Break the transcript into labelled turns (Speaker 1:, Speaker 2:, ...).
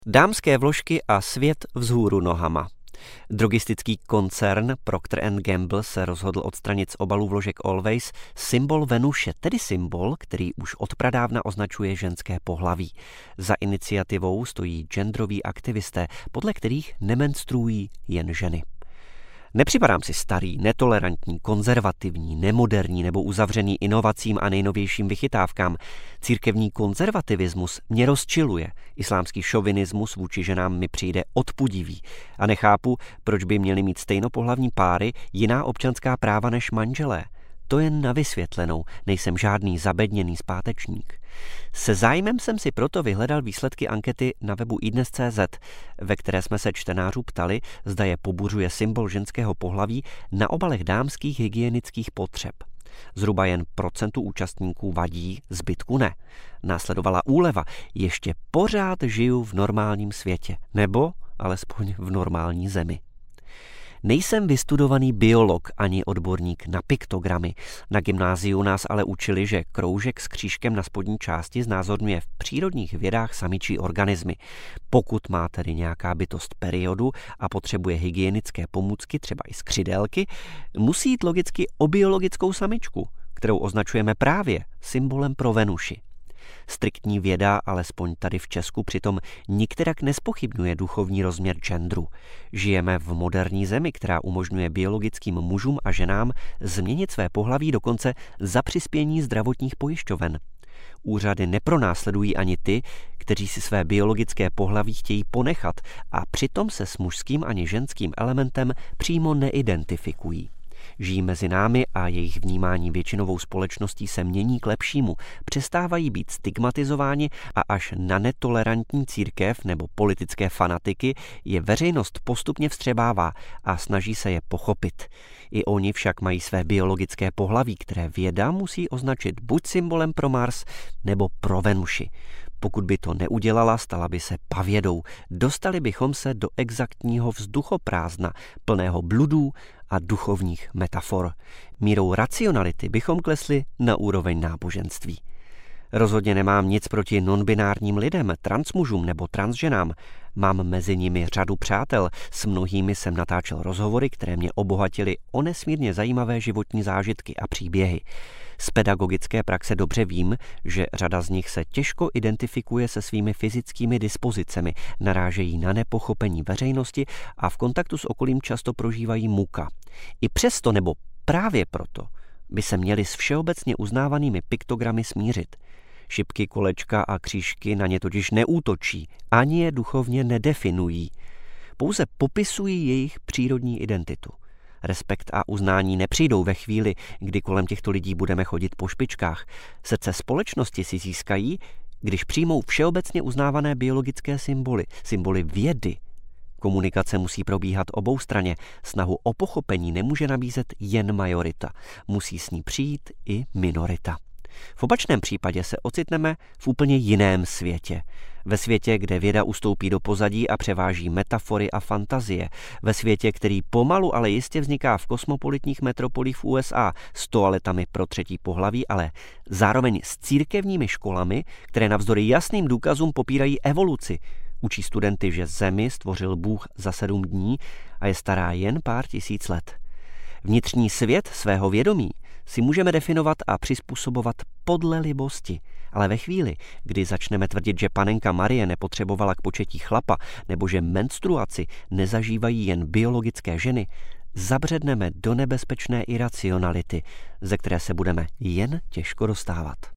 Speaker 1: Dámské vložky a svět vzhůru nohama. Drogistický koncern Procter & Gamble se rozhodl odstranit z obalů vložek Always symbol Venuše, tedy symbol, který už od pradávna označuje ženské pohlaví. Za iniciativou stojí genderoví aktivisté, podle kterých nemenstruují jen ženy. Nepřipadám si starý, netolerantní, konzervativní, nemoderní nebo uzavřený inovacím a nejnovějším vychytávkám. Církevní konzervativismus mě rozčiluje. Islámský šovinismus vůči ženám mi přijde odpudivý. A nechápu, proč by měly mít stejnopohlavní páry jiná občanská práva než manželé. To jen na vysvětlenou, nejsem žádný zabedněný zpátečník. Se zájmem jsem si proto vyhledal výsledky ankety na webu iDnes.cz, ve které jsme se čtenářů ptali, zda je pobuřuje symbol ženského pohlaví na obalech dámských hygienických potřeb. Zhruba jen procentu účastníků vadí, zbytku ne. Následovala úleva, ještě pořád žiju v normálním světě, nebo alespoň v normální zemi. Nejsem vystudovaný biolog ani odborník na piktogramy. Na gymnáziu nás ale učili, že kroužek s křížkem na spodní části znázorňuje v přírodních vědách samičí organismy. Pokud má tedy nějaká bytost periodu a potřebuje hygienické pomůcky, třeba i skřidélky, musí jít logicky o biologickou samičku, kterou označujeme právě symbolem pro Venuši. Striktní věda, alespoň tady v Česku, přitom nikterak nespochybňuje duchovní rozměr genderu. Žijeme v moderní zemi, která umožňuje biologickým mužům a ženám změnit své pohlaví dokonce za přispění zdravotních pojišťoven. Úřady nepronásledují ani ty, kteří si své biologické pohlaví chtějí ponechat a přitom se s mužským ani ženským elementem přímo neidentifikují. Žijí mezi námi a jejich vnímání většinovou společností se mění k lepšímu, přestávají být stigmatizováni a až na netolerantní církev nebo politické fanatiky je veřejnost postupně vstřebává a snaží se je pochopit. I oni však mají své biologické pohlaví, které věda musí označit buď symbolem pro Mars nebo pro Venuši. Pokud by to neudělala, stala by se pavědou. Dostali bychom se do exaktního vzduchoprázdna, plného bludů a duchovních metafor. Mírou racionality bychom klesli na úroveň náboženství. Rozhodně nemám nic proti nonbinárním lidem, transmužům nebo transženám. Mám mezi nimi řadu přátel, s mnohými jsem natáčel rozhovory, které mě obohatily o nesmírně zajímavé životní zážitky a příběhy. Z pedagogické praxe dobře vím, že řada z nich se těžko identifikuje se svými fyzickými dispozicemi, narážejí na nepochopení veřejnosti a v kontaktu s okolím často prožívají muka. I přesto nebo právě proto by se měli s všeobecně uznávanými piktogramy smířit. Šipky, kolečka a křížky na ně totiž neútočí, ani je duchovně nedefinují. Pouze popisují jejich přírodní identitu. Respekt a uznání nepřijdou ve chvíli, kdy kolem těchto lidí budeme chodit po špičkách. Srdce společnosti si získají, když přijmou všeobecně uznávané biologické symboly, symboly vědy. Komunikace musí probíhat oboustranně. Snahu o pochopení nemůže nabízet jen majorita. Musí s ní přijít i minorita. V opačném případě se ocitneme v úplně jiném světě. Ve světě, kde věda ustoupí do pozadí a převáží metafory a fantazie. Ve světě, který pomalu, ale jistě vzniká v kosmopolitních metropolích v USA s toaletami pro třetí pohlaví, ale zároveň s církevními školami, které navzdory jasným důkazům popírají evoluci. Učí studenty, že Zemi stvořil Bůh za 7 dní a je stará jen pár tisíc let. Vnitřní svět svého vědomí si můžeme definovat a přizpůsobovat podle libosti. Ale ve chvíli, kdy začneme tvrdit, že panenka Marie nepotřebovala k početí chlapa nebo že menstruaci nezažívají jen biologické ženy, zabředneme do nebezpečné iracionality, ze které se budeme jen těžko dostávat.